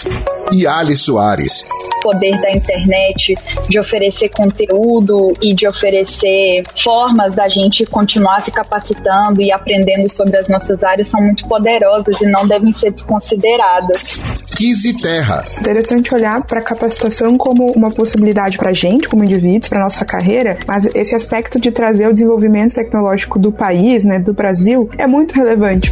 Yali Soares. Poder da internet de oferecer conteúdo e de oferecer formas da gente continuar se capacitando e aprendendo sobre as nossas áreas são muito poderosas e não devem ser desconsideradas. Kizzy Terra. Interessante olhar para a capacitação como uma possibilidade para a gente, como indivíduos, para a nossa carreira, mas esse aspecto de trazer o desenvolvimento tecnológico do país, né, do Brasil, é muito relevante.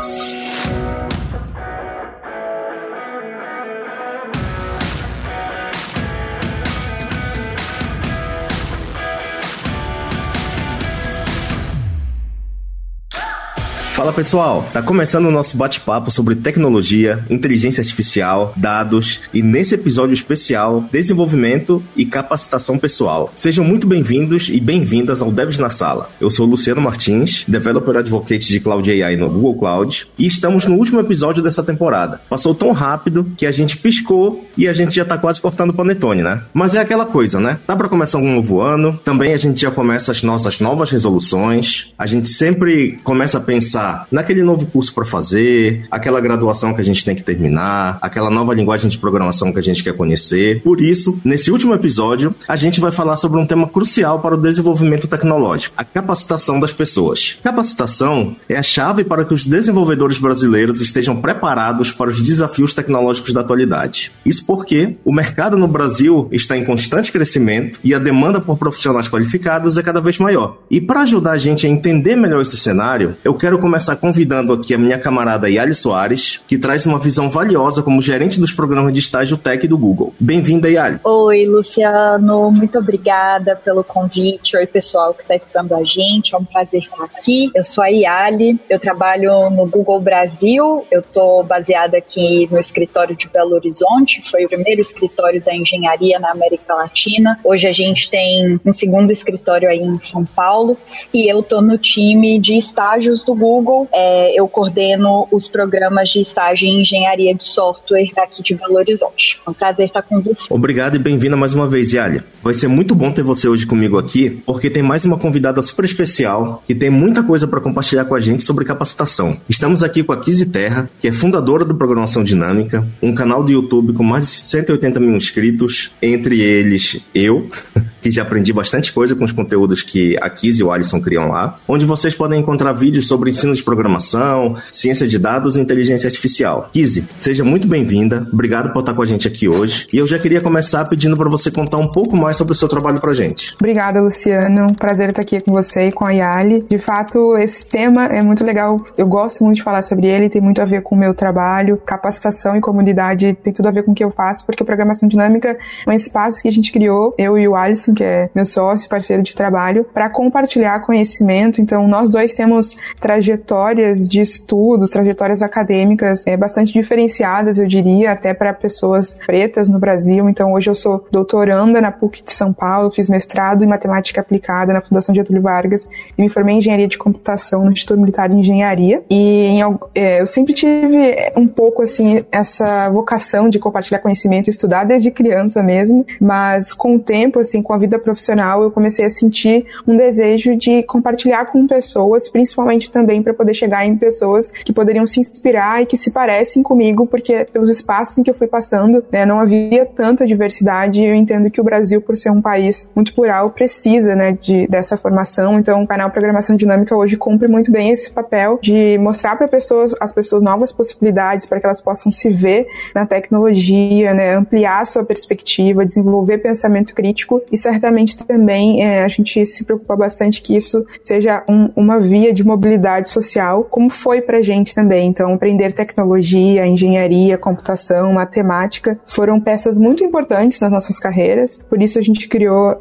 Fala pessoal, tá começando o nosso bate-papo sobre tecnologia, inteligência artificial, dados e nesse episódio especial, desenvolvimento e capacitação pessoal. Sejam muito bem-vindos e bem-vindas ao Devs na Sala. Eu sou o Luciano Martins, Developer Advocate de Cloud AI no Google Cloud e estamos no último episódio dessa temporada. Passou tão rápido que a gente piscou e a gente já tá quase cortando o panetone, né? Mas é aquela coisa, né? Tá pra começar um novo ano, também a gente já começa as nossas novas resoluções, a gente sempre começa a pensar naquele novo curso para fazer, aquela graduação que a gente tem que terminar, aquela nova linguagem de programação que a gente quer conhecer. Por isso, nesse último episódio, a gente vai falar sobre um tema crucial para o desenvolvimento tecnológico, a capacitação das pessoas. Capacitação é a chave para que os desenvolvedores brasileiros estejam preparados para os desafios tecnológicos da atualidade. Isso porque o mercado no Brasil está em constante crescimento e a demanda por profissionais qualificados é cada vez maior. E para ajudar a gente a entender melhor esse cenário, eu quero começar convidando aqui a minha camarada Yali Soares, que traz uma visão valiosa como gerente dos programas de estágio Tech do Google. Bem-vinda, Yali. Oi, Luciano. Muito obrigada pelo convite. Oi, pessoal que está escutando a gente. É um prazer estar aqui. Eu sou a Yali. Eu trabalho no Google Brasil. Eu estou baseada aqui no escritório de Belo Horizonte. Foi o primeiro escritório da engenharia na América Latina. Hoje a gente tem um segundo escritório aí em São Paulo. E eu estou no time de estágios do Google. Eu coordeno os programas de estágio em engenharia de software aqui de Belo Horizonte. É um prazer estar com você. Obrigado e bem-vinda mais uma vez, Yali. Vai ser muito bom ter você hoje comigo aqui, porque tem mais uma convidada super especial que tem muita coisa para compartilhar com a gente sobre capacitação. Estamos aqui com a Kizzy Terra, que é fundadora do Programação Dinâmica, um canal do YouTube com mais de 180 mil inscritos, entre eles eu, que já aprendi bastante coisa com os conteúdos que a Kizzy e o Alisson criam lá, onde vocês podem encontrar vídeos sobre ensino de programação, ciência de dados e inteligência artificial. Kizzy, seja muito bem-vinda, obrigado por estar com a gente aqui hoje, e eu já queria começar pedindo para você contar um pouco mais sobre o seu trabalho pra gente. Obrigada, Luciano, prazer estar aqui com você e com a Yali. De fato, esse tema é muito legal, eu gosto muito de falar sobre ele, tem muito a ver com o meu trabalho, capacitação e comunidade, tem tudo a ver com o que eu faço, porque a Programação Dinâmica é um espaço que a gente criou, eu e o Alisson, que é meu sócio, parceiro de trabalho, para compartilhar conhecimento. Então, nós dois temos trajetórias de estudos, trajetórias acadêmicas bastante diferenciadas, eu diria, até para pessoas pretas no Brasil. Então, hoje eu sou doutoranda na PUC de São Paulo, fiz mestrado em Matemática Aplicada na Fundação Getúlio Vargas e me formei em Engenharia de Computação no Instituto Militar de Engenharia. E eu sempre tive um pouco, assim, essa vocação de compartilhar conhecimento e estudar desde criança mesmo, mas com o tempo, assim, com a vida profissional, eu comecei a sentir um desejo de compartilhar com pessoas, principalmente também para poder chegar em pessoas que poderiam se inspirar e que se parecem comigo, porque pelos espaços em que eu fui passando, né, não havia tanta diversidade, e eu entendo que o Brasil, por ser um país muito plural, precisa, né, dessa formação. Então, o canal Programação Dinâmica hoje cumpre muito bem esse papel de mostrar para as pessoas novas possibilidades, para que elas possam se ver na tecnologia, né, ampliar sua perspectiva, desenvolver pensamento crítico, e certamente também a gente se preocupa bastante que isso seja uma via de mobilidade social, como foi pra gente também. Então, aprender tecnologia, engenharia, computação, matemática foram peças muito importantes nas nossas carreiras, por isso a gente criou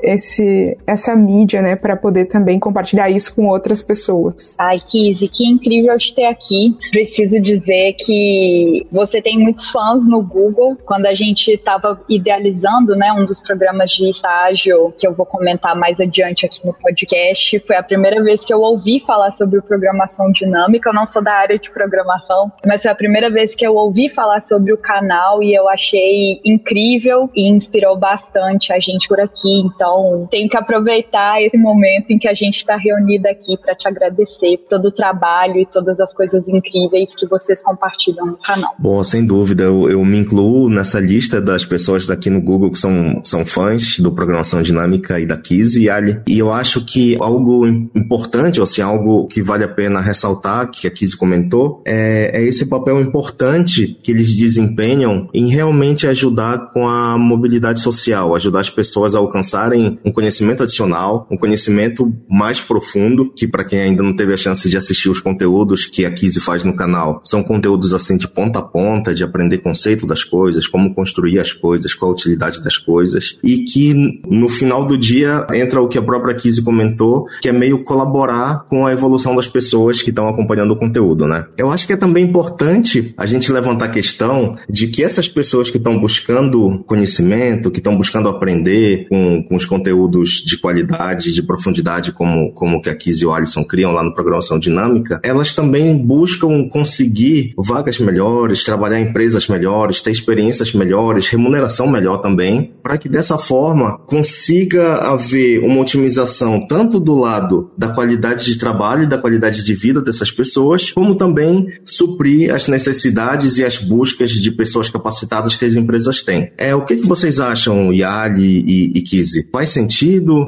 essa mídia, né, para poder também compartilhar isso com outras pessoas. Ai, Kizzy, que incrível te ter aqui. Preciso dizer que você tem muitos fãs no Google. Quando a gente estava idealizando, né, um dos programas de estágio trabalho que eu vou comentar mais adiante aqui no podcast. Foi a primeira vez que eu ouvi falar sobre programação dinâmica. Eu não sou da área de programação, mas foi a primeira vez que eu ouvi falar sobre o canal e eu achei incrível e inspirou bastante a gente por aqui. Então, tenho que aproveitar esse momento em que a gente está reunida aqui para te agradecer por todo o trabalho e todas as coisas incríveis que vocês compartilham no canal. Bom, sem dúvida, eu me incluo nessa lista das pessoas daqui no Google que são fãs do Programação Dinâmica e da Kizzy, e eu acho que algo importante, ou assim, algo que vale a pena ressaltar, que a Kizzy comentou, é esse papel importante que eles desempenham em realmente ajudar com a mobilidade social, ajudar as pessoas a alcançarem um conhecimento adicional, um conhecimento mais profundo, que para quem ainda não teve a chance de assistir os conteúdos que a Kizzy faz no canal, são conteúdos assim de ponta a ponta, de aprender conceito das coisas, como construir as coisas, qual a utilidade das coisas, e que no final do dia entra o que a própria Kizzy comentou, que é meio colaborar com a evolução das pessoas que estão acompanhando o conteúdo, né? Eu acho que é também importante a gente levantar a questão de que essas pessoas que estão buscando conhecimento, que estão buscando aprender com os conteúdos de qualidade, de profundidade, como que a Kizzy e o Alisson criam lá no Programação Dinâmica, elas também buscam conseguir vagas melhores, trabalhar em empresas melhores, ter experiências melhores, remuneração melhor também, para que dessa forma consiga haver uma otimização tanto do lado da qualidade de trabalho e da qualidade de vida dessas pessoas, como também suprir as necessidades e as buscas de pessoas capacitadas que as empresas têm. O que vocês acham, Yali e Kizzy? Faz sentido?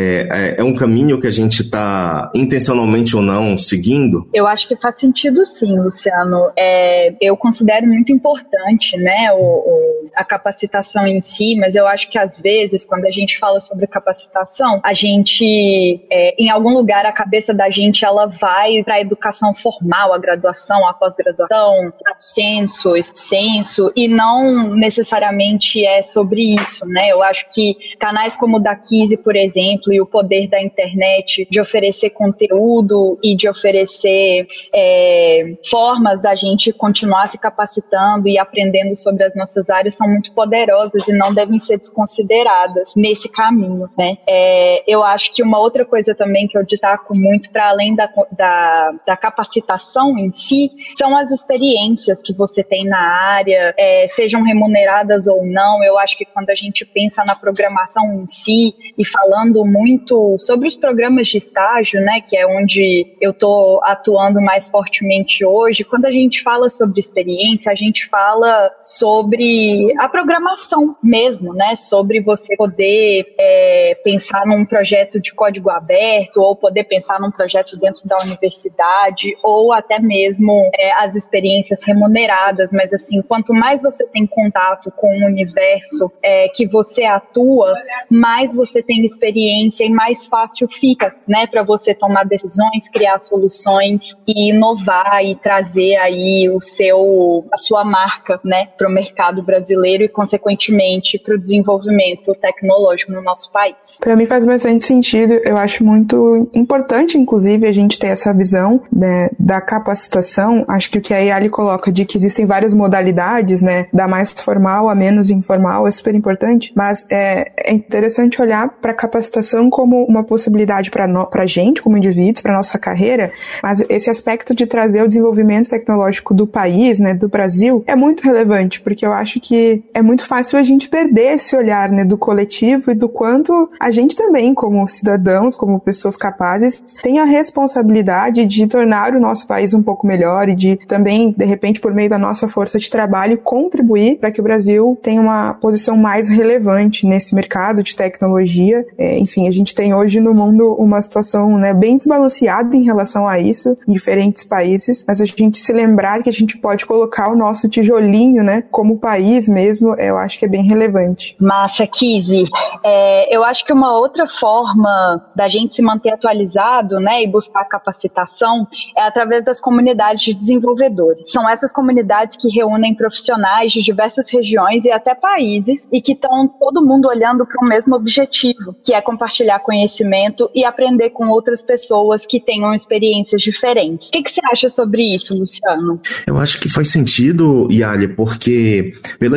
É um caminho que a gente está intencionalmente ou não seguindo? Eu acho que faz sentido sim, Luciano. Eu considero muito importante, né, a capacitação em si, mas eu acho que às vezes, quando a gente fala sobre capacitação, a gente, em algum lugar, a cabeça da gente, ela vai para a educação formal, a graduação, a pós-graduação, a censo, e não necessariamente é sobre isso, né? Eu acho que canais como o da Kizzy, por exemplo, e o poder da internet de oferecer conteúdo e de oferecer formas da gente continuar se capacitando e aprendendo sobre as nossas áreas são muito poderosas e não devem ser desconsideradas nesse caminho, né? Eu acho que uma outra coisa também que eu destaco muito, para além da capacitação em si, são as experiências que você tem na área, sejam remuneradas ou não. Eu acho que quando a gente pensa na programação em si, e falando muito sobre os programas de estágio, né, que é onde eu estou atuando mais fortemente hoje, quando a gente fala sobre experiência, a gente fala sobre a programação mesmo, né, sobre você poder pensar num projeto de código aberto, ou poder pensar num projeto dentro da universidade, ou até mesmo as experiências remuneradas. Mas assim, quanto mais você tem contato com o universo que você atua, mais você tem experiência e mais fácil fica, né, para você tomar decisões, criar soluções e inovar e trazer aí a sua marca, né, para o mercado brasileiro e, consequentemente, para o desenvolvimento tecnológico no nosso país. Para mim faz bastante sentido. Eu acho muito importante, inclusive, a gente ter essa visão, né, da capacitação. Acho que o que a Yali coloca de que existem várias modalidades, né, da mais formal a menos informal, é super importante, mas é interessante olhar para a capacitação como uma possibilidade para a gente, como indivíduos, para nossa carreira, mas esse aspecto de trazer o desenvolvimento tecnológico do país, né, do Brasil, é muito relevante, porque eu acho que é muito fácil a gente perder esse olhar, né, do coletivo e do quanto a gente também, como cidadãos, como pessoas capazes, tem a responsabilidade de tornar o nosso país um pouco melhor e de também, de repente, por meio da nossa força de trabalho, contribuir para que o Brasil tenha uma posição mais relevante nesse mercado de tecnologia. Enfim, a gente tem hoje no mundo uma situação, né, bem desbalanceada em relação a isso, em diferentes países, mas a gente se lembrar que a gente pode colocar o nosso tijolinho, né, como país mesmo, eu acho que é bem relevante. Massa, Kizzy. Eu acho que uma outra forma da gente se manter atualizado, né, e buscar capacitação é através das comunidades de desenvolvedores. São essas comunidades que reúnem profissionais de diversas regiões e até países e que estão todo mundo olhando para o mesmo objetivo, que é compartilhar conhecimento e aprender com outras pessoas que tenham experiências diferentes. O que você acha sobre isso, Luciano? Eu acho que faz sentido, Yali, porque pelas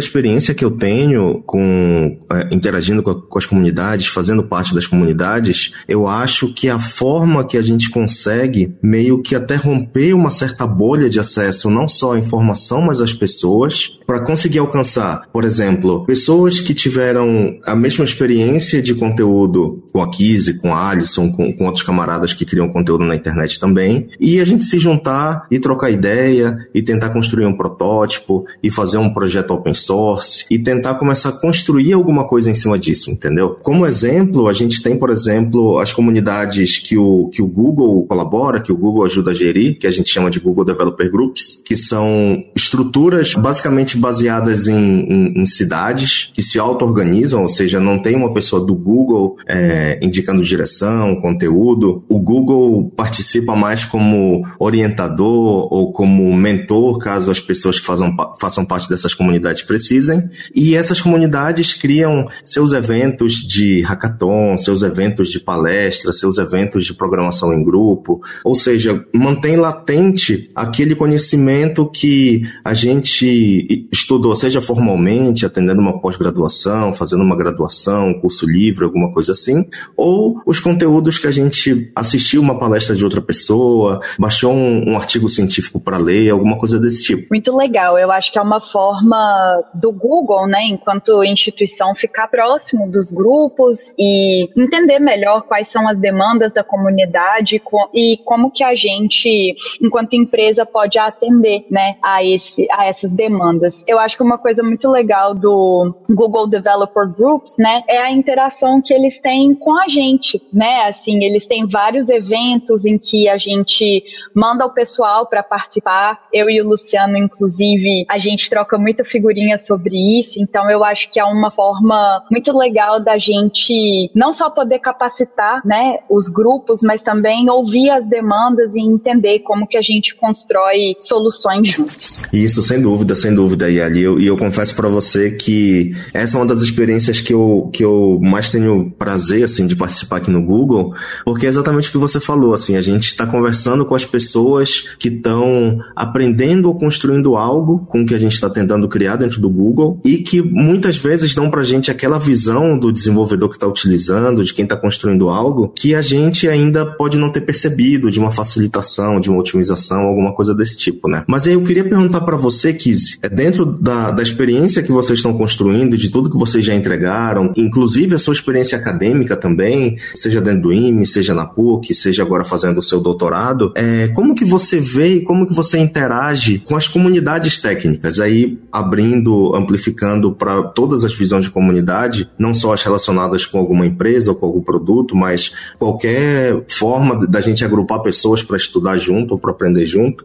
experiência que eu tenho interagindo com as comunidades, fazendo parte das comunidades, eu acho que a forma que a gente consegue meio que até romper uma certa bolha de acesso, não só à informação, mas às pessoas, para conseguir alcançar, por exemplo, pessoas que tiveram a mesma experiência de conteúdo com a Kizzy, com a Alisson, com outros camaradas que criam conteúdo na internet também, e a gente se juntar e trocar ideia e tentar construir um protótipo e fazer um projeto open source e tentar começar a construir alguma coisa em cima disso, entendeu? Como exemplo, a gente tem, por exemplo, as comunidades que o Google colabora, que o Google ajuda a gerir, que a gente chama de Google Developer Groups, que são estruturas basicamente baseadas em cidades que se auto-organizam, ou seja, não tem uma pessoa do Google indicando direção, conteúdo. O Google participa mais como orientador ou como mentor, caso as pessoas que façam parte dessas comunidades precisem. E essas comunidades criam seus eventos de hackathon, seus eventos de palestra, seus eventos de programação em grupo, ou seja, mantém latente aquele conhecimento que a gente estudou, seja formalmente, atendendo uma pós-graduação, fazendo uma graduação, um curso livre, alguma coisa assim, ou os conteúdos que a gente assistiu uma palestra de outra pessoa, baixou um artigo científico para ler, alguma coisa desse tipo. Muito legal, eu acho que é uma forma do Google, né, enquanto instituição, ficar próximo dos grupos e entender melhor quais são as demandas da comunidade e como que a gente, enquanto empresa, pode atender, né, a essas demandas. Eu acho que uma coisa muito legal do Google Developer Groups, né, é a interação que eles têm com a gente, né, assim, eles têm vários eventos em que a gente manda o pessoal para participar, eu e o Luciano, inclusive, a gente troca muita figurinha sobre isso, então eu acho que é uma forma muito legal da gente não só poder capacitar, né, os grupos, mas também ouvir as demandas e entender como que a gente constrói soluções juntos. Isso, sem dúvida, Yali. E eu confesso para você que essa é uma das experiências que eu mais tenho prazer, assim, de participar aqui no Google, porque é exatamente o que você falou, assim, a gente está conversando com as pessoas que estão aprendendo ou construindo algo com o que a gente está tentando criar dentro do Google e que muitas vezes dão pra gente aquela visão do desenvolvedor que está utilizando, de quem está construindo algo, que a gente ainda pode não ter percebido, de uma facilitação, de uma otimização, alguma coisa desse tipo, né? Mas aí eu queria perguntar para você, Kizzy, dentro da experiência que vocês estão construindo, de tudo que vocês já entregaram, inclusive a sua experiência acadêmica também, seja dentro do IME, seja na PUC, seja agora fazendo o seu doutorado, como que você vê e como que você interage com as comunidades técnicas, aí amplificando para todas as visões de comunidade, não só as relacionadas com alguma empresa ou com algum produto, mas qualquer forma da gente agrupar pessoas para estudar junto ou para aprender junto.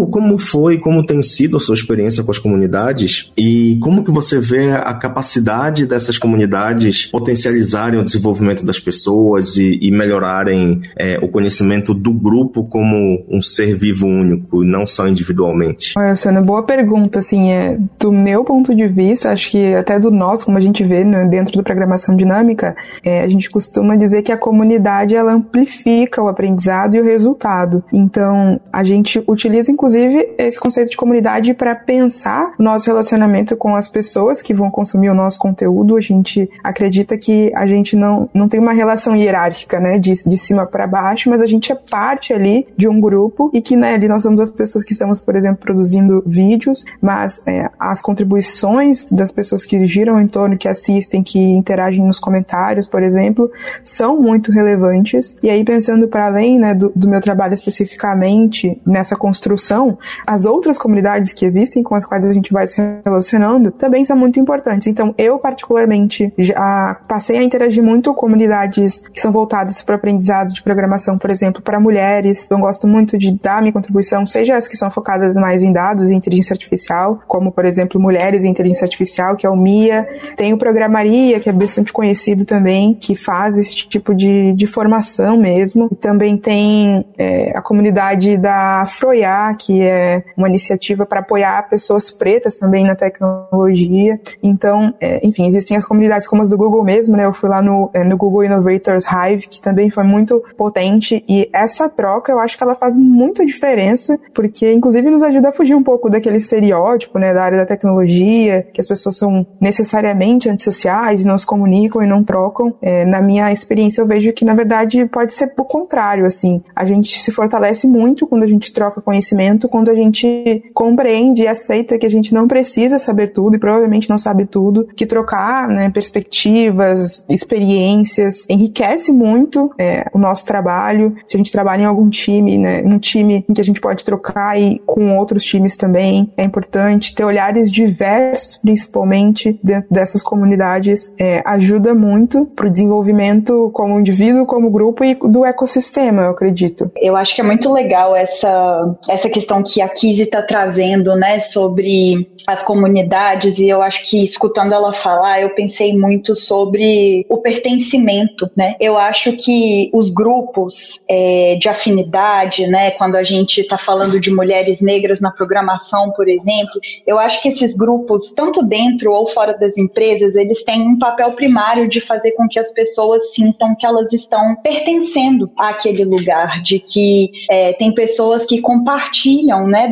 Como tem sido a sua experiência com as comunidades e como que você vê a capacidade dessas comunidades potencializarem o desenvolvimento das pessoas e melhorarem o conhecimento do grupo como um ser vivo único, não só individualmente? Olha, Luciano, boa pergunta, assim, do meu ponto de vista, acho que até do nosso, como a gente vê, né, dentro do Programação Dinâmica, a gente costuma dizer que a comunidade, ela amplifica o aprendizado e o resultado. Então, a gente utiliza, inclusive, esse conceito de comunidade para pensar o nosso relacionamento com as pessoas que vão consumir o nosso conteúdo. A gente acredita que a gente não tem uma relação hierárquica, né, de cima para baixo, mas a gente é parte ali de um grupo e que, né, ali nós somos as pessoas que estamos, por exemplo, produzindo vídeos, mas as contribuições das pessoas que giram em torno, que assistem, que interagem nos comentários, por exemplo, são muito relevantes. E aí, pensando para além, né, do meu trabalho especificamente nessa construção, as outras comunidades que existem, com as quais a gente vai se relacionando, também são muito importantes. Então, eu, particularmente, já passei a interagir muito com comunidades que são voltadas para o aprendizado de programação, por exemplo, para mulheres. Eu gosto muito de dar minha contribuição, seja as que são focadas mais em dados e inteligência artificial, como, por exemplo, Mulheres e Inteligência Artificial, que é o MIA. Tem o Programaria, que é bastante conhecido também, que faz esse tipo de formação mesmo. E também tem a comunidade da Afroiá, que é uma iniciativa para apoiar pessoas pretas também na tecnologia. Então, enfim, existem as comunidades como as do Google mesmo, né? Eu fui lá no Google Innovators Hive, que também foi muito potente, e essa troca eu acho que ela faz muita diferença, porque inclusive nos ajuda a fugir um pouco daquele estereótipo, né, da área da tecnologia, dia, que as pessoas são necessariamente antissociais, não se comunicam e não trocam. Na minha experiência, eu vejo que, na verdade, pode ser o contrário, assim. A gente se fortalece muito quando a gente troca conhecimento, quando a gente compreende e aceita que a gente não precisa saber tudo e provavelmente não sabe tudo, que trocar, né, perspectivas, experiências, enriquece muito o nosso trabalho. Se a gente trabalha em algum time, né, um time em que a gente pode trocar e com outros times também, é importante ter olhares diversos, principalmente dentro dessas comunidades, ajuda muito para o desenvolvimento como indivíduo, como grupo e do ecossistema, eu acredito. Eu acho que é muito legal essa questão que a Kizzy está trazendo, né, sobre as comunidades, e eu acho que escutando ela falar, eu pensei muito sobre o pertencimento, né? Eu acho que os grupos de afinidade, né, quando a gente está falando de mulheres negras na programação, por exemplo, eu acho que esses grupos, tanto dentro ou fora das empresas, eles têm um papel primário de fazer com que as pessoas sintam que elas estão pertencendo àquele lugar, de que tem pessoas que compartilham, né,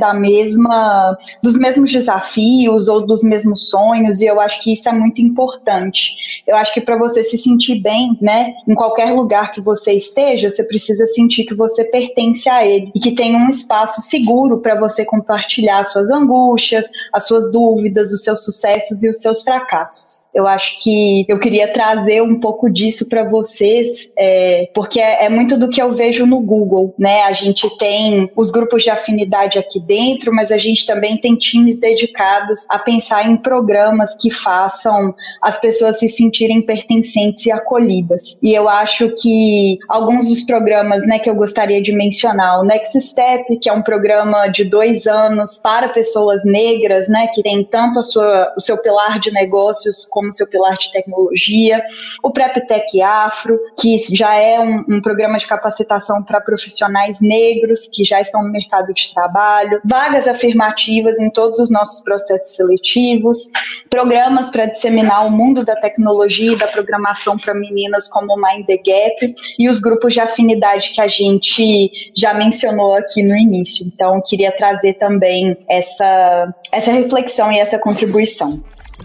dos mesmos desafios ou dos mesmos sonhos, e eu acho que isso é muito importante. Eu acho que para você se sentir bem, né, em qualquer lugar que você esteja, você precisa sentir que você pertence a ele e que tem um espaço seguro para você compartilhar as suas angústias, as suas dúvidas, os seus sucessos e os seus fracassos. Eu acho que eu queria trazer um pouco disso para vocês, porque é muito do que eu vejo no Google, né? A gente tem os grupos de afinidade aqui dentro, mas a gente também tem times dedicados a pensar em programas que façam as pessoas se sentirem pertencentes e acolhidas. E eu acho que alguns dos programas, né, que eu gostaria de mencionar, o Next Step, que é um programa de 2 anos para pessoas negras, né, que tem tanto o seu pilar de negócios como o seu pilar de tecnologia, o PrepTech Afro, que já é um programa de capacitação para profissionais negros que já estão no mercado de trabalho, vagas afirmativas em todos os nossos processos seletivos, programas para disseminar o mundo da tecnologia e da programação para meninas como o Mind the Gap e os grupos de afinidade que a gente já mencionou aqui no início. Então, queria trazer também essa reflexão e essa contribuição.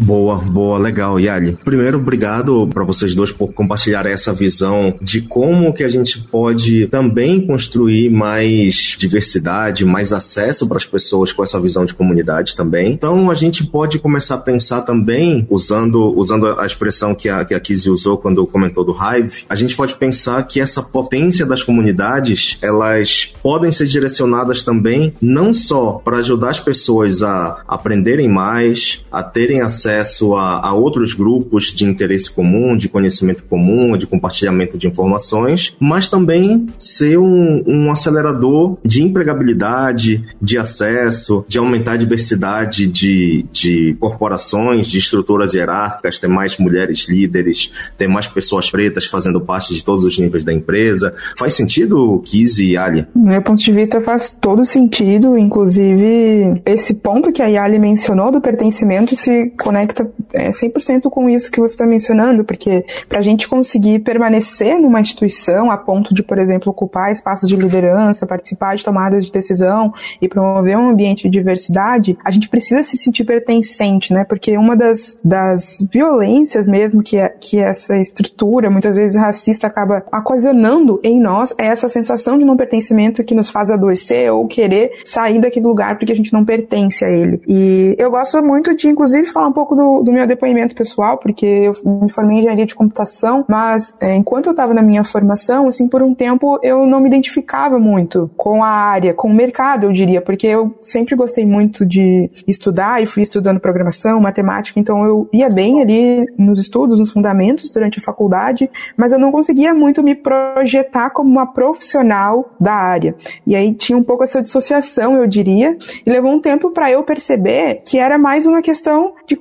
Boa, legal, Yali. Primeiro, obrigado para vocês dois por compartilhar essa visão de como que a gente pode também construir mais diversidade, mais acesso para as pessoas com essa visão de comunidade também. Então, a gente pode começar a pensar também, usando a expressão que a Kizzy usou quando comentou do Hive, a gente pode pensar que essa potência das comunidades, elas podem ser direcionadas também não só para ajudar as pessoas a aprenderem mais, a terem acesso a outros grupos de interesse comum, de conhecimento comum, de compartilhamento de informações, mas também ser um acelerador de empregabilidade, de acesso, de aumentar a diversidade de corporações, de estruturas hierárquicas, ter mais mulheres líderes, ter mais pessoas pretas fazendo parte de todos os níveis da empresa. Faz sentido, Kizzy e Yali? Do meu ponto de vista, faz todo sentido. Inclusive, esse ponto que a Yali mencionou do pertencimento se conecta 100% com isso que você está mencionando, porque para a gente conseguir permanecer numa instituição a ponto de, por exemplo, ocupar espaços de liderança, participar de tomadas de decisão e promover um ambiente de diversidade, a gente precisa se sentir pertencente, né? Porque uma das violências mesmo que essa estrutura, muitas vezes racista, acaba ocasionando em nós é essa sensação de não pertencimento que nos faz adoecer ou querer sair daquele lugar porque a gente não pertence a ele. E eu gosto muito de, inclusive, falar um pouco do meu depoimento pessoal, porque eu me formei em engenharia de computação, mas enquanto eu estava na minha formação, assim, por um tempo eu não me identificava muito com a área, com o mercado, eu diria, porque eu sempre gostei muito de estudar e fui estudando programação, matemática, então eu ia bem ali nos estudos, nos fundamentos durante a faculdade, mas eu não conseguia muito me projetar como uma profissional da área. E aí tinha um pouco essa dissociação, eu diria, e levou um tempo para eu perceber que era mais uma questão de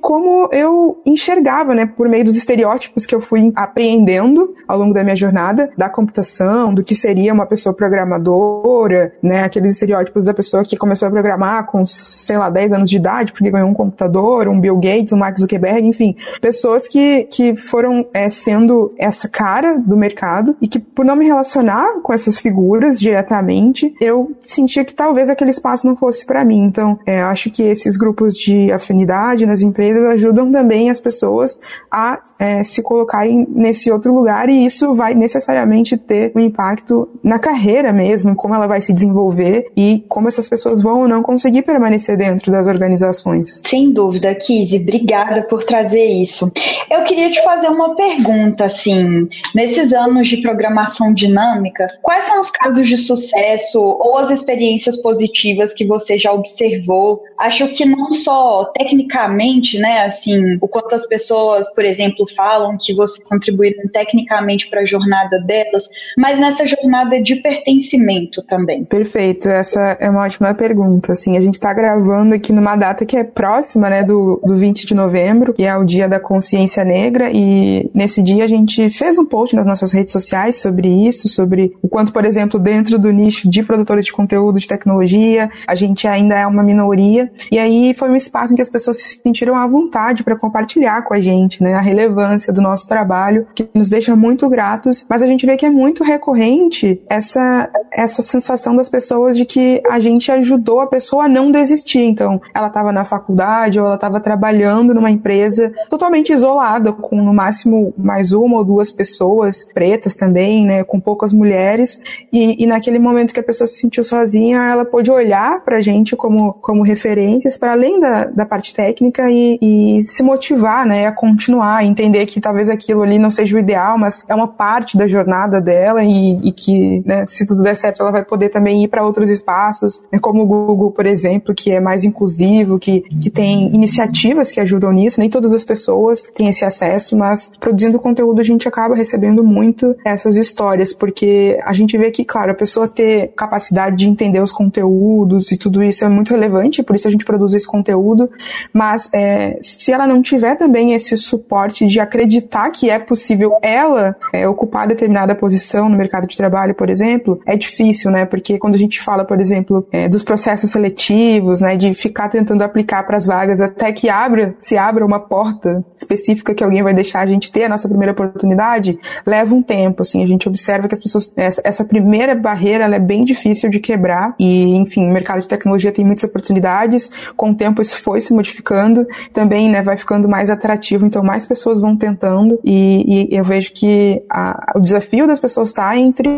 como eu enxergava, né, por meio dos estereótipos que eu fui apreendendo ao longo da minha jornada, da computação, do que seria uma pessoa programadora, né, aqueles estereótipos da pessoa que começou a programar com, 10 anos de idade, porque ganhou um computador, um Bill Gates, um Mark Zuckerberg, enfim, pessoas que foram sendo essa cara do mercado e que, por não me relacionar com essas figuras diretamente, eu sentia que talvez aquele espaço não fosse para mim. Então, acho que esses grupos de afinidade nas empresas ajudam também as pessoas a se colocarem nesse outro lugar, e isso vai necessariamente ter um impacto na carreira mesmo, em como ela vai se desenvolver e como essas pessoas vão ou não conseguir permanecer dentro das organizações. Sem dúvida, Kizzy, obrigada por trazer isso. Eu queria te fazer uma pergunta, assim, nesses anos de programação dinâmica, quais são os casos de sucesso ou as experiências positivas que você já observou? Acho que não só tecnicamente, né, assim, o quanto as pessoas, por exemplo, falam que você contribuíram tecnicamente para a jornada delas, mas nessa jornada de pertencimento também. Perfeito, essa é uma ótima pergunta. Assim, a gente está gravando aqui numa data que é próxima, né, do 20 de novembro, que é o Dia da Consciência Negra, e nesse dia a gente fez um post nas nossas redes sociais sobre isso, sobre o quanto, por exemplo, dentro do nicho de produtores de conteúdo de tecnologia, a gente ainda é uma minoria, e aí foi um espaço em que as pessoas se sentiram à vontade para compartilhar com a gente, né, a relevância do nosso trabalho, que nos deixa muito gratos, mas a gente vê que é muito recorrente essa sensação das pessoas de que a gente ajudou a pessoa a não desistir. Então, ela estava na faculdade ou ela estava trabalhando numa empresa totalmente isolada, com no máximo mais uma ou duas pessoas, pretas também, né, com poucas mulheres, e naquele momento que a pessoa se sentiu sozinha, ela pôde olhar pra gente como referências, para além da parte técnica, e se motivar, né, a continuar, entender que talvez aquilo ali não seja o ideal, mas é uma parte da jornada dela, e que, né, se tudo der certo, ela vai poder também ir para outros espaços, né, como o Google, por exemplo, que é mais inclusivo, que tem iniciativas que ajudam nisso. Nem todas as pessoas têm esse acesso, mas produzindo conteúdo a gente acaba recebendo muito essas histórias, porque a gente vê que, claro, a pessoa ter capacidade de entender os conteúdos e tudo isso é muito relevante, por isso a gente produz esse conteúdo, mas se ela não tiver também esse suporte de acreditar que é possível ela ocupar determinada posição no mercado de trabalho, por exemplo, é difícil, né? Porque quando a gente fala, por exemplo, dos processos seletivos, né, de ficar tentando aplicar para as vagas até que se abra uma porta específica que alguém vai deixar a gente ter a nossa primeira oportunidade, leva um tempo, assim, a gente observa que as pessoas, essa primeira barreira, ela é bem difícil de quebrar, e, enfim, o mercado de tecnologia tem muitas oportunidades, com o tempo isso foi se modificando, também, né, vai ficando mais atrativo, então mais pessoas vão tentando, e eu vejo que o desafio das pessoas está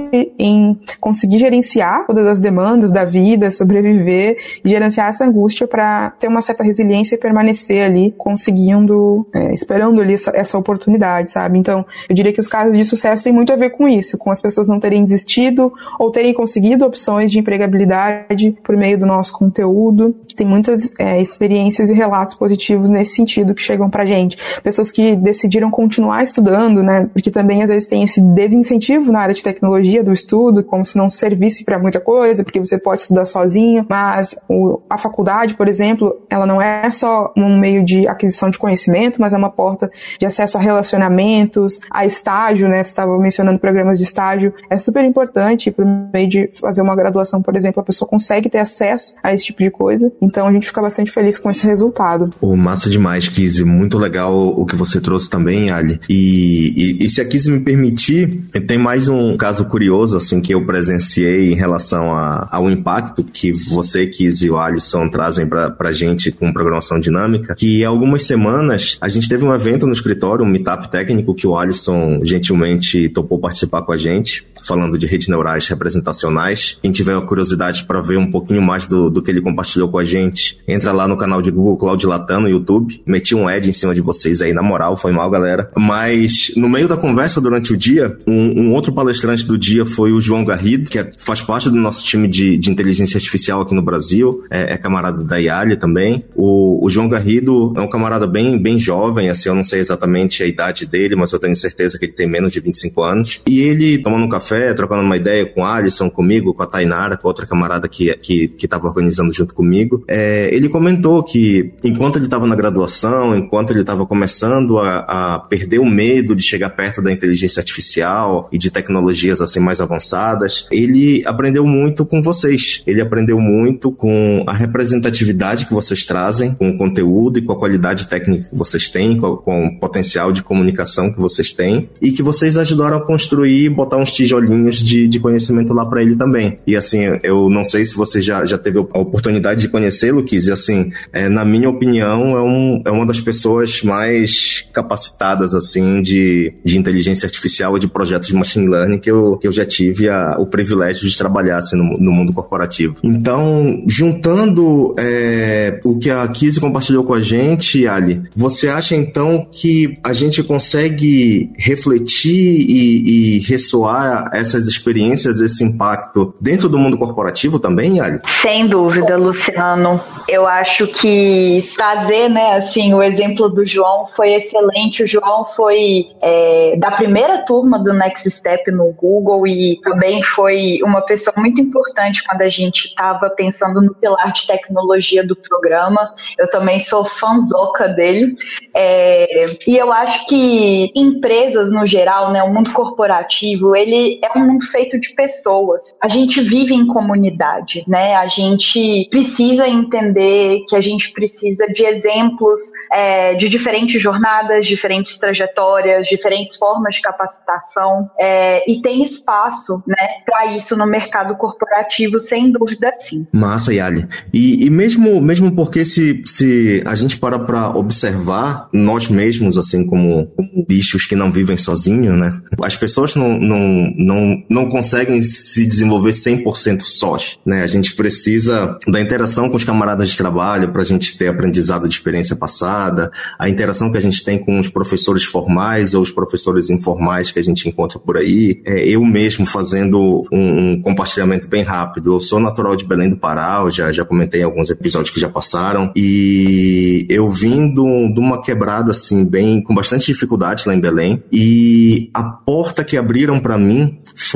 em conseguir gerenciar todas as demandas da vida, sobreviver e gerenciar essa angústia para ter uma certa resiliência e permanecer ali, conseguindo, esperando ali essa oportunidade, sabe? Então, eu diria que os casos de sucesso têm muito a ver com isso, com as pessoas não terem desistido ou terem conseguido opções de empregabilidade por meio do nosso conteúdo. Tem muitas experiências e relatos positivos nesse sentido que chegam pra gente. Pessoas que decidiram continuar estudando, né? Porque também às vezes tem esse desincentivo na área de tecnologia do estudo, como se não servisse para muita coisa, porque você pode estudar sozinho, mas a faculdade, por exemplo, ela não é só um meio de aquisição de conhecimento, mas é uma porta de acesso a relacionamentos, a estágio, né? Você estava mencionando programas de estágio, é super importante, por meio de fazer uma graduação, por exemplo, a pessoa consegue ter acesso a esse tipo de coisa, então a gente fica bastante feliz com esse resultado. Massa demais, Kizzy, muito legal o que você trouxe também, Ali, e se a Kizzy me permitir, tem mais um caso curioso, assim, que eu presenciei em relação ao impacto que você, Kizzy e o Alisson trazem pra gente com programação dinâmica, que há algumas semanas a gente teve um evento no escritório, um meetup técnico, que o Alisson gentilmente topou participar com a gente, falando de redes neurais representacionais. Quem tiver a curiosidade para ver um pouquinho mais do que ele compartilhou com a gente, entra lá no canal de Google Cloud Latam no YouTube. Meti um ad em cima de vocês aí, na moral, foi mal, galera. Mas no meio da conversa durante o dia, um outro palestrante do dia foi o João Garrido, que faz parte do nosso time de inteligência artificial aqui no Brasil, é camarada da IALI também. O João Garrido é um camarada bem jovem, assim, eu não sei exatamente a idade dele, mas eu tenho certeza que ele tem menos de 25 anos. E ele, tomando um café, trocando uma ideia com o Alisson, comigo, com a Tainara, com outra camarada que estava organizando junto comigo, ele comentou que, enquanto ele estava na graduação, enquanto ele estava começando a perder o medo de chegar perto da inteligência artificial e de tecnologias assim mais avançadas, ele aprendeu muito com vocês. Ele aprendeu muito com a representatividade que vocês trazem, com o conteúdo e com a qualidade técnica que vocês têm, com o potencial de comunicação que vocês têm, e que vocês ajudaram a construir e botar uns tijolinhos de conhecimento lá para ele também. E assim, eu não sei se você já teve a oportunidade de conhecê-lo, Kizzy, e assim, na minha opinião, é uma das pessoas mais capacitadas assim de inteligência artificial e de projetos de machine learning que eu já tive o privilégio de trabalhar assim, no mundo corporativo. Então, juntando o que a Kizzy compartilhou com a gente, Ali, você acha então que a gente consegue refletir e ressoar essas experiências, esse impacto dentro do mundo corporativo também, Ali? Sem dúvida, Luciano. Eu acho que trazer, né, assim, o exemplo do João foi excelente. O João foi da primeira turma do Next Step no Google e também foi uma pessoa muito importante quando a gente estava pensando no pilar de tecnologia do programa. Eu também sou fãzoca dele. E eu acho que empresas, no geral, né, o mundo corporativo, ele é um mundo feito de pessoas. A gente vive em comunidade, né? A gente precisa entender que a gente precisa de exemplos de diferentes jornadas, diferentes trajetórias, diferentes formas de capacitação, e tem espaço, né, para isso no mercado corporativo, sem dúvida, sim. Massa, Yali. E mesmo porque se a gente para observar nós mesmos, assim, como bichos que não vivem sozinhos, né? As pessoas não conseguem se desenvolver 100% sós, né? A gente precisa da interação com os camaradas de trabalho para a gente ter aprendizado de experiência passada, a interação que a gente tem com os professores formais ou os professores informais que a gente encontra por aí. Eu mesmo fazendo um compartilhamento bem rápido. Eu sou natural de Belém do Pará, eu já comentei em alguns episódios que já passaram, e eu vim de uma quebrada assim, com bastante dificuldade lá em Belém, e a porta que abriram para mim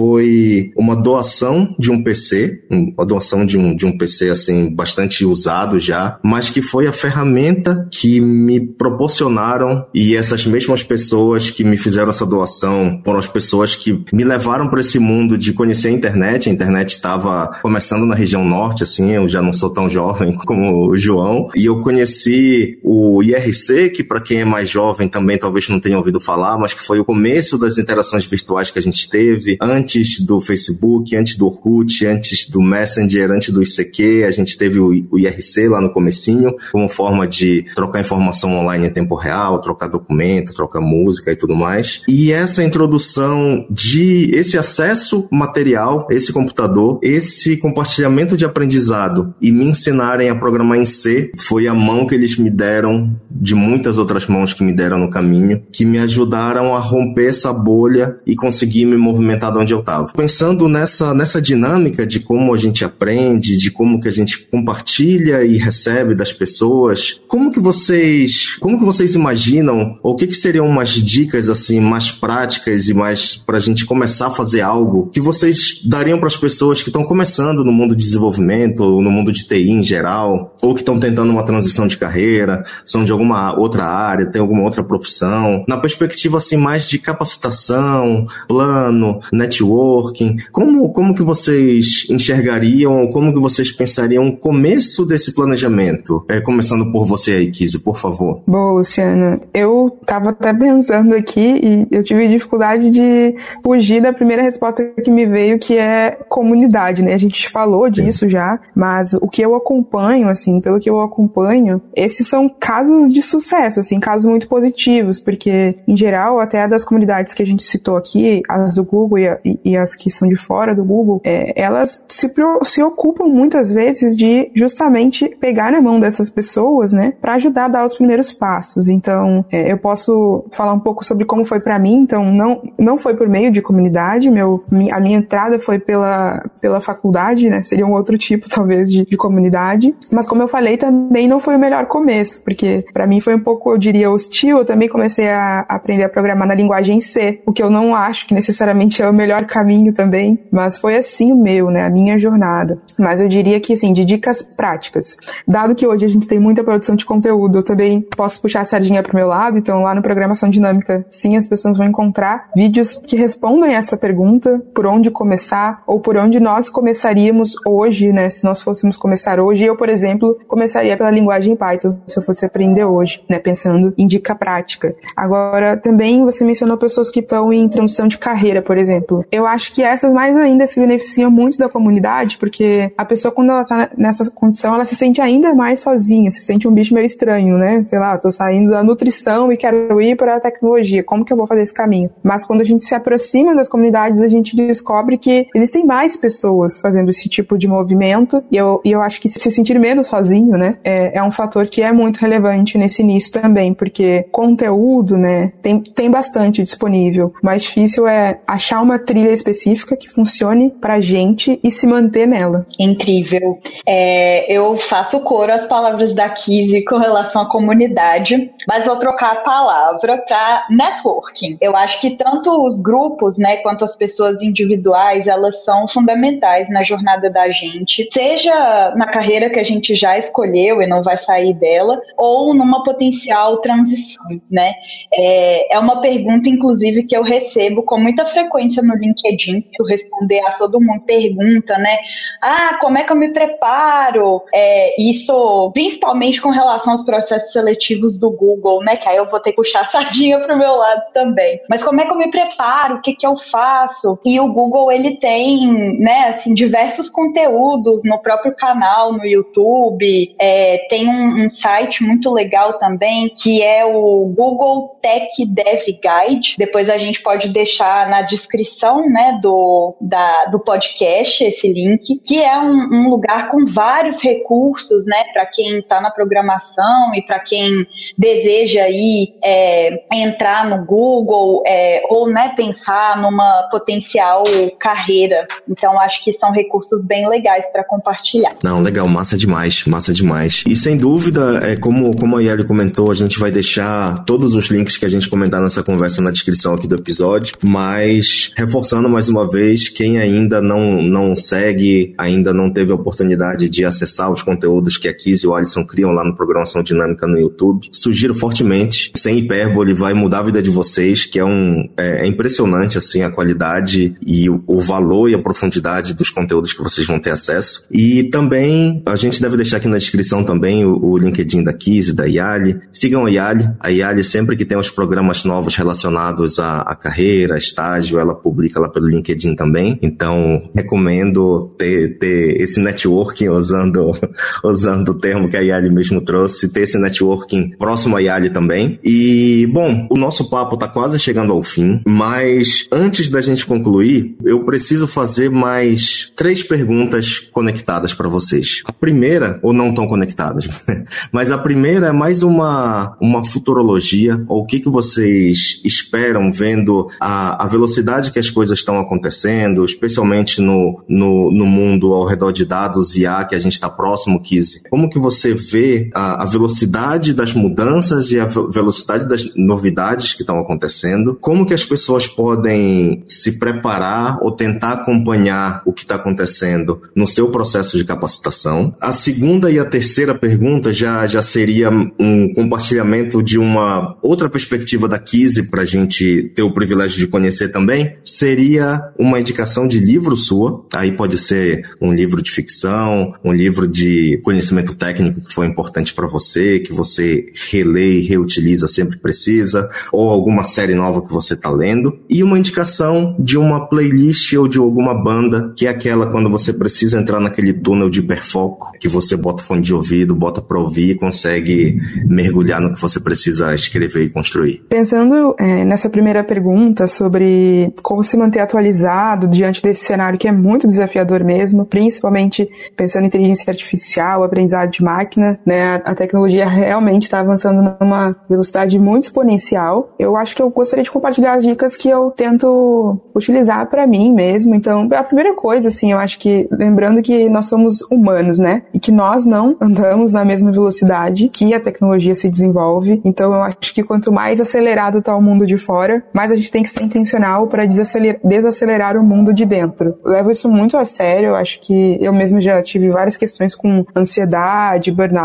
foi uma doação de um PC, uma doação de um PC assim, bastante usado já, mas que foi a ferramenta que me proporcionaram, e essas mesmas pessoas que me fizeram essa doação foram as pessoas que me levaram para esse mundo de conhecer a internet. A internet estava começando na região norte, assim, eu já não sou tão jovem como o João, e eu conheci o IRC, que para quem é mais jovem também talvez não tenha ouvido falar, mas que foi o começo das interações virtuais que a gente teve, antes do Facebook, antes do Orkut, antes do Messenger, antes do ICQ. A gente teve o IRC lá no comecinho, como forma de trocar informação online em tempo real, trocar documento, trocar música e tudo mais. E essa introdução esse acesso material, esse computador, esse compartilhamento de aprendizado e me ensinarem a programar em C, foi a mão que eles me deram, de muitas outras mãos que me deram no caminho, que me ajudaram a romper essa bolha e conseguir me movimentar de onde eu estava. Pensando nessa dinâmica de como a gente aprende, de como que a gente compartilha e recebe das pessoas, como que vocês imaginam, ou o que seriam umas dicas assim mais práticas e mais pra gente começar a fazer algo que vocês dariam para as pessoas que estão começando no mundo de desenvolvimento, ou no mundo de TI em geral, ou que estão tentando uma transição de carreira, são de alguma outra área, tem alguma outra profissão, na perspectiva assim mais de capacitação, plano, networking, como que vocês enxergariam, ou como que vocês pensariam o começo desse planejamento? Começando por você aí, Kizzy, por favor. Bom, Luciano, eu tava até pensando aqui e eu tive dificuldade de fugir da primeira resposta que me veio, que é comunidade, né? A gente falou disso já, mas o que eu acompanho, assim, pelo que eu acompanho, esses são casos de sucesso, assim, casos muito positivos, porque, em geral, até das comunidades que a gente citou aqui, as do Google e as que são de fora do Google, elas se ocupam muitas vezes de justamente pegar na mão dessas pessoas, né, para ajudar a dar os primeiros passos. Então, eu posso falar um pouco sobre como foi para mim. Então, não foi por meio de comunidade, a minha entrada foi pela faculdade, né, seria um outro tipo, talvez, de comunidade, mas como eu falei, também não foi o melhor começo, porque para mim foi um pouco, eu diria, hostil. Eu também comecei a aprender a programar na linguagem C, o que eu não acho que necessariamente é o melhor caminho também, mas foi assim o meu, né, a minha jornada. Mas eu diria que, assim, de dicas práticas, dado que hoje a gente tem muita produção de conteúdo. Eu também posso puxar a sardinha pro meu lado, então lá no Programação Dinâmica, sim, as pessoas vão encontrar vídeos que respondem essa pergunta, por onde começar, ou por onde nós começaríamos hoje, né, se nós fôssemos começar hoje. Eu, por exemplo, começaria pela linguagem Python, se eu fosse aprender hoje, né, pensando em dica prática. Agora, também você mencionou pessoas que estão em transição de carreira, por exemplo. Eu acho que essas mais ainda se beneficiam muito da comunidade, porque a pessoa, quando ela tá nessa condição, ela se sente ainda mais sozinha, se sente um bicho meio estranho, né? Sei lá, tô saindo da nutrição e quero ir para a tecnologia, como que eu vou fazer esse caminho? Mas quando a gente se aproxima das comunidades, a gente descobre que existem mais pessoas fazendo esse tipo de movimento, e eu acho que se sentir menos sozinho, né, é um fator que é muito relevante nesse início também, porque conteúdo, né, tem bastante disponível. O mais difícil é achar uma trilha específica que funcione pra gente e se manter nela. Incrível. Eu faço coro às palavras da Kizzy com relação à comunidade, mas vou trocar a palavra para networking. Eu acho que tanto os grupos, né, quanto as pessoas individuais, elas são fundamentais na jornada da gente, seja na carreira que a gente já escolheu e não vai sair dela, ou numa potencial transição, né? É uma pergunta, inclusive, que eu recebo com muita frequência no LinkedIn, que eu responder a todo mundo, pergunta, né? Como é que eu me preparo? Isso, principalmente com relação aos processos seletivos do Google, né? Que aí eu vou ter que puxar a sardinha pro meu lado também. Mas como é que eu me preparo? O que eu faço? E o Google, ele tem, né, assim, diversos conteúdos no próprio canal, no YouTube. Tem um site muito legal também, que é o Google Tech Dev Guide. Depois a gente pode deixar na descrição, né, do podcast esse link, que é um lugar com vários recursos, né, para quem está na programação e para quem deseja aí entrar no Google ou, né, pensar numa potencial carreira. Então acho que são recursos bem legais para compartilhar. Não, legal, massa demais, massa demais. E sem dúvida, como a Yali comentou, a gente vai deixar todos os links que a gente comentar nessa conversa na descrição aqui do episódio, mas reforçando mais uma vez, quem ainda não segue, ainda não teve a oportunidade de acessar os conteúdos que a Kizzy e o Alisson criam lá no Programação Dinâmica no YouTube, sugiro fortemente, sem hipérbole, vai mudar a vida de vocês, que é impressionante assim a qualidade e o valor e a profundidade dos conteúdos que vocês vão ter acesso. E também a gente deve deixar aqui na descrição também o LinkedIn da Kizzy, da Yali. Sigam a Yali sempre que tem os programas novos relacionados à carreira, a estágio, ela publica lá pelo LinkedIn também. Então, recomendo ter esse networking, usando o termo que a Yali mesmo trouxe, ter esse networking próximo a Yali também. E, bom, o nosso papo tá quase chegando ao fim, mas antes da gente concluir, eu preciso fazer mais 3 perguntas conectadas para vocês. A primeira, ou não tão conectadas, mas a primeira é mais uma futurologia, ou o que vocês esperam vendo a velocidade que as coisas estão acontecendo, especialmente no mundo ao redor de dados e IA, que a gente está próximo, Kizzy. Como que você vê a velocidade das mudanças e a velocidade das novidades que estão acontecendo? Como que as pessoas podem se preparar ou tentar acompanhar o que está acontecendo no seu processo de capacitação? A segunda e a terceira pergunta já seria um compartilhamento de uma outra perspectiva da Kizzy para a gente ter o privilégio de conhecer também. Seria uma indicação de livro sua, aí pode ser um livro de ficção, um livro de conhecimento técnico que foi importante para você, que você relê e reutiliza sempre que precisa, ou alguma série nova que você está lendo, e uma indicação de uma playlist ou de alguma banda, que é aquela quando você precisa entrar naquele túnel de hiperfoco, que você bota fone de ouvido, bota para ouvir e consegue mergulhar no que você precisa escrever e construir. Pensando nessa primeira pergunta sobre como se manter atualizado diante desse cenário que é muito desafiador mesmo, principalmente pensando em inteligência artificial, aprendizado de máquina, né? A tecnologia realmente está avançando numa velocidade muito exponencial. Eu acho que eu gostaria de compartilhar as dicas que eu tento utilizar para mim mesmo. Então, a primeira coisa, assim, eu acho que, lembrando que nós somos humanos, né? E que nós não andamos na mesma velocidade que a tecnologia se desenvolve. Então, eu acho que quanto mais acelerado está o mundo de fora, mais a gente tem que ser intencional para desacelerar o mundo de dentro. Eu levo isso muito a sério. Eu acho que eu mesmo já tive várias questões com ansiedade, burnout,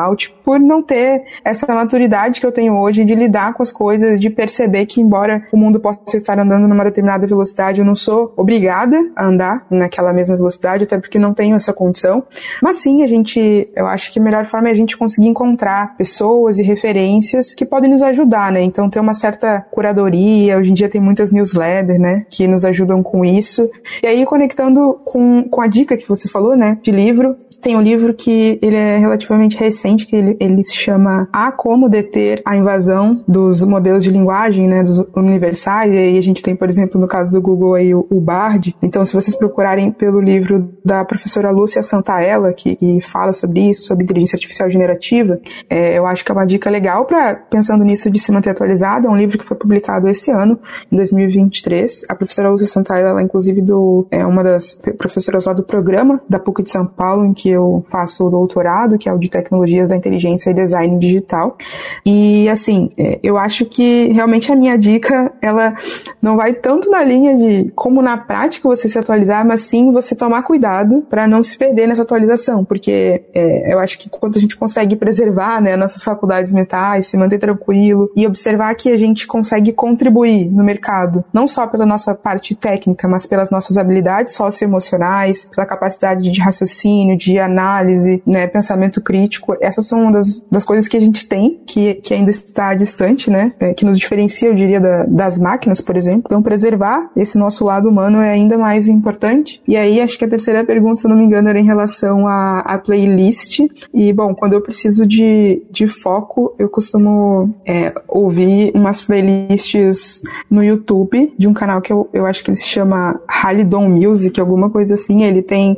por não ter essa maturidade que eu tenho hoje de lidar com as coisas, de perceber que, embora o mundo possa estar andando numa determinada velocidade, eu não sou obrigada a andar naquela mesma velocidade, até porque não tenho essa condição. Mas sim, eu acho que a melhor forma é a gente conseguir encontrar pessoas e referências que podem nos ajudar, né? Então, ter uma certa curadoria, hoje em dia tem muitas newsletters, né, que nos ajudam com isso. E aí, conectando com a dica que você falou, né, de livro, tem um livro que ele é relativamente recente, que ele se chama A Como Deter a Invasão dos Modelos de Linguagem, né, dos universais. E aí a gente tem, por exemplo, no caso do Google aí o Bard. Então, se vocês procurarem pelo livro da professora Lúcia Santaella, que fala sobre isso, sobre inteligência artificial generativa, eu acho que é uma dica legal para, pensando nisso, de se manter atualizado. É um livro que foi publicado esse ano, em 2023. A professora Lúcia Santaella, ela, inclusive, é uma das professoras lá do programa da PUC de São Paulo, em que eu faço o doutorado, que é o de Tecnologias da Inteligência e Design Digital. E, assim, eu acho que realmente a minha dica, ela não vai tanto na linha de como na prática você se atualizar, mas sim você tomar cuidado para não se perder nessa atualização, porque eu acho que quando a gente consegue preservar, né, nossas faculdades mentais, se manter tranquilo e observar que a gente consegue contribuir no mercado, não só pela nossa parte técnica, mas pelas nossas habilidades socioemocionais, pela capacidade de raciocínio, de análise, né, pensamento crítico. Essas são uma das coisas que a gente tem, que ainda está distante, né, que nos diferencia, eu diria, das máquinas, por exemplo. Então, preservar esse nosso lado humano é ainda mais importante. E aí, acho que a terceira pergunta, se eu não me engano, era em relação à playlist. E, bom, quando eu preciso de foco, eu costumo ouvir umas playlists no YouTube, de um canal que eu acho que ele se chama Halidon Music, alguma coisa assim. Ele tem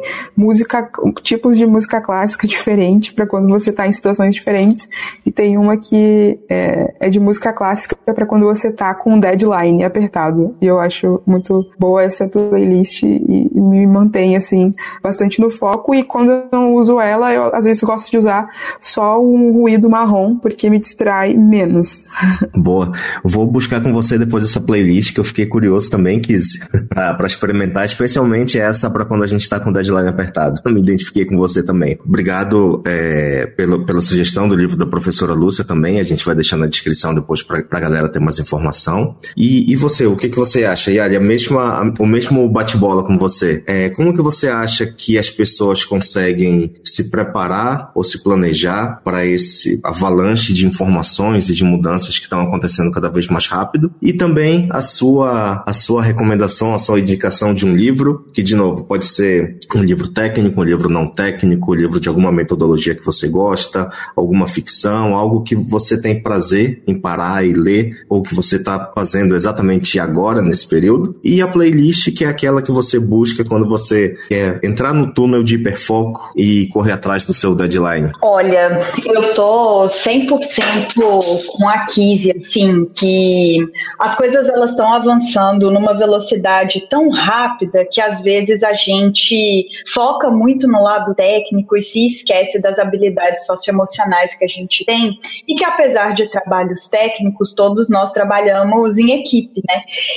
tipos de música clássica diferente para quando você está em situações diferentes, e tem uma que é de música clássica para quando você está com um deadline apertado. E eu acho muito boa essa playlist e me mantém, assim, bastante no foco. E quando eu não uso ela, eu às vezes gosto de usar só um ruído marrom, porque me distrai menos. Boa. Vou buscar com você depois essa playlist, que eu fiquei curioso também, para experimentar, especialmente essa para quando a gente está com o deadline apertado. Eu me identifiquei com você também. Obrigado pela sugestão do livro da professora Lúcia também. A gente vai deixar na descrição depois para a galera ter mais informação. E você, o que você acha, Yari? O mesmo bate-bola com você. Como que você acha que as pessoas conseguem se preparar ou se planejar para esse avalanche de informações e de mudanças que estão acontecendo cada vez mais rápido? E também a sua recomendação, a sua indicação de um livro, que, de novo, pode ser um livro técnico, um livro não técnico, um livro de alguma metodologia que você gosta, alguma ficção, algo que você tem prazer em parar e ler, ou que você está fazendo exatamente agora, nesse período. E a playlist, que é aquela que você busca quando você quer entrar no túnel de hiperfoco e correr atrás do seu deadline. Olha, eu tô 100% com a Kizzy, assim, que as coisas elas estão avançando numa velocidade tão rápida que às vezes a gente foca muito no lado técnico e se esquece das habilidades socioemocionais que a gente tem, e que apesar de trabalhos técnicos, todos nós trabalhamos em equipe, né?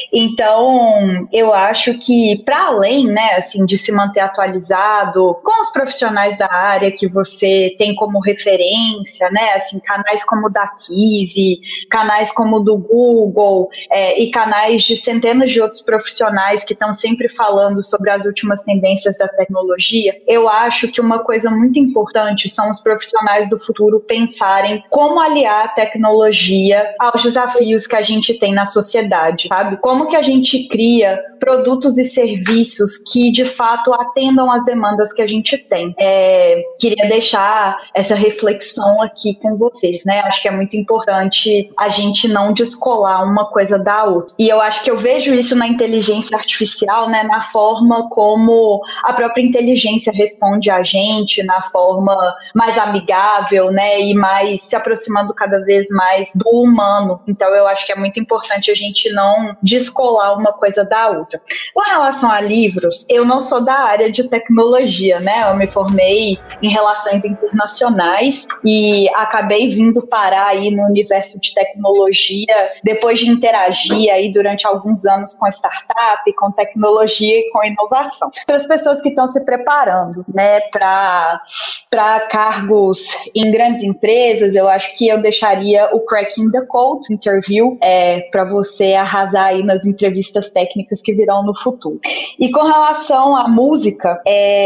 Então, eu acho que para além, né, assim, de se manter atualizado com os profissionais da área que você tem como referência, né, assim, canais como o da Kizzy, canais como o do Google, e canais de centenas de outros profissionais que estão sempre falando sobre as últimas tendências da tecnologia, eu acho que uma coisa muito importante são os profissionais do futuro pensarem como aliar a tecnologia aos desafios que a gente tem na sociedade, sabe? Como que a gente cria produtos e serviços que de fato atendam às demandas que a gente tem. Queria deixar essa reflexão aqui com vocês, né? Acho que é muito importante a gente não descolar uma coisa da outra. E eu acho que eu vejo isso na inteligência artificial, né? Na forma como a própria inteligência responde a gente, na forma mais amigável, né? E mais se aproximando cada vez mais do humano. Então eu acho que é muito importante a gente não descolar uma coisa da outra. Com relação a livros, eu não sou da área de tecnologia, né? Eu me formei em relações internacionais e acabei vindo parar aí no universo de tecnologia depois de interagir aí durante alguns anos com startup, com tecnologia e com inovação. Para as pessoas que estão se preparando, né, para cargos em em grandes empresas, eu acho que eu deixaria o Cracking the Code Interview para você arrasar aí nas entrevistas técnicas que virão no futuro. E com relação à música,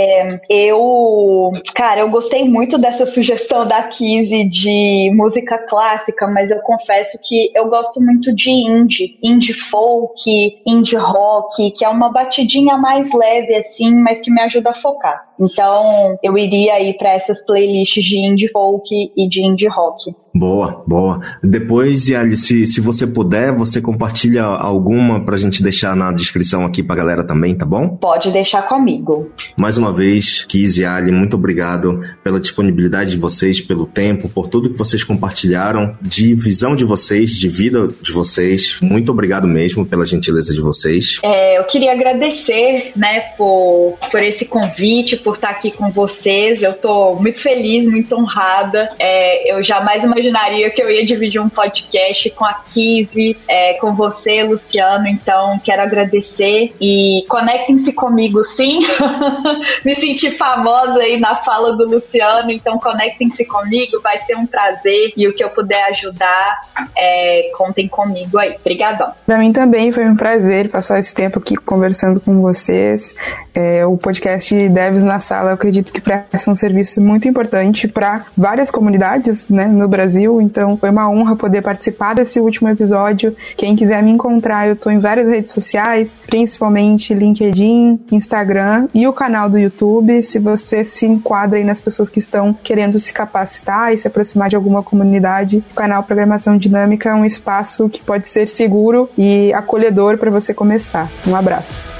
eu gostei muito dessa sugestão da Kizzy de música clássica, mas eu confesso que eu gosto muito de indie folk, indie rock, que é uma batidinha mais leve assim, mas que me ajuda a focar. Então, eu iria aí para essas playlists de indie folk e de indie rock. Boa. Depois, Yali, se você puder, você compartilha alguma pra gente deixar na descrição aqui pra galera também, tá bom? Pode deixar comigo. Mais uma vez, Kizzy e Yali, muito obrigado pela disponibilidade de vocês, pelo tempo, por tudo que vocês compartilharam, de visão de vocês, de vida de vocês. Muito obrigado mesmo pela gentileza de vocês. Eu queria agradecer, né, por esse convite, por estar aqui com vocês. Eu tô muito feliz, muito honrada. Eu jamais imaginaria que eu ia dividir um podcast com a Kizzy, com você, Luciano. Então, quero agradecer e conectem-se comigo, sim. Me senti famosa aí na fala do Luciano, então conectem-se comigo, vai ser um prazer e o que eu puder ajudar, contem comigo aí. Obrigadão. Pra mim também foi um prazer passar esse tempo aqui conversando com vocês. O podcast Devs na Sala, eu acredito que presta um serviço muito importante para várias comunidades, né, no Brasil, então foi uma honra poder participar desse último episódio. Quem quiser me encontrar, eu tô em várias redes sociais, principalmente LinkedIn, Instagram e o canal do YouTube. Se você se enquadra aí nas pessoas que estão querendo se capacitar e se aproximar de alguma comunidade, o canal Programação Dinâmica é um espaço que pode ser seguro e acolhedor para você começar. Um abraço.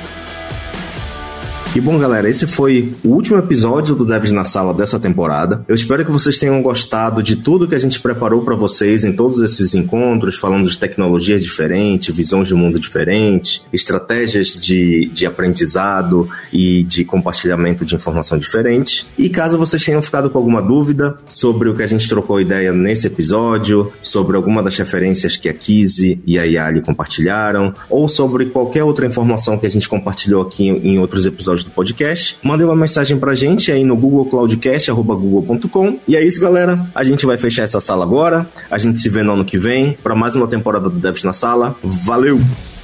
E bom, galera, esse foi o último episódio do Devs na Sala dessa temporada. Eu espero que vocês tenham gostado de tudo que a gente preparou para vocês em todos esses encontros, falando de tecnologias diferentes, visões de mundo diferentes, estratégias de aprendizado e de compartilhamento de informação diferente. E caso vocês tenham ficado com alguma dúvida sobre o que a gente trocou ideia nesse episódio, sobre alguma das referências que a Kizzy e a Yali compartilharam, ou sobre qualquer outra informação que a gente compartilhou aqui em outros episódios do podcast, mandem uma mensagem pra gente aí no Google Cloudcast, @google.com. E é isso, galera. A gente vai fechar essa sala agora. A gente se vê no ano que vem para mais uma temporada do Devs na Sala. Valeu!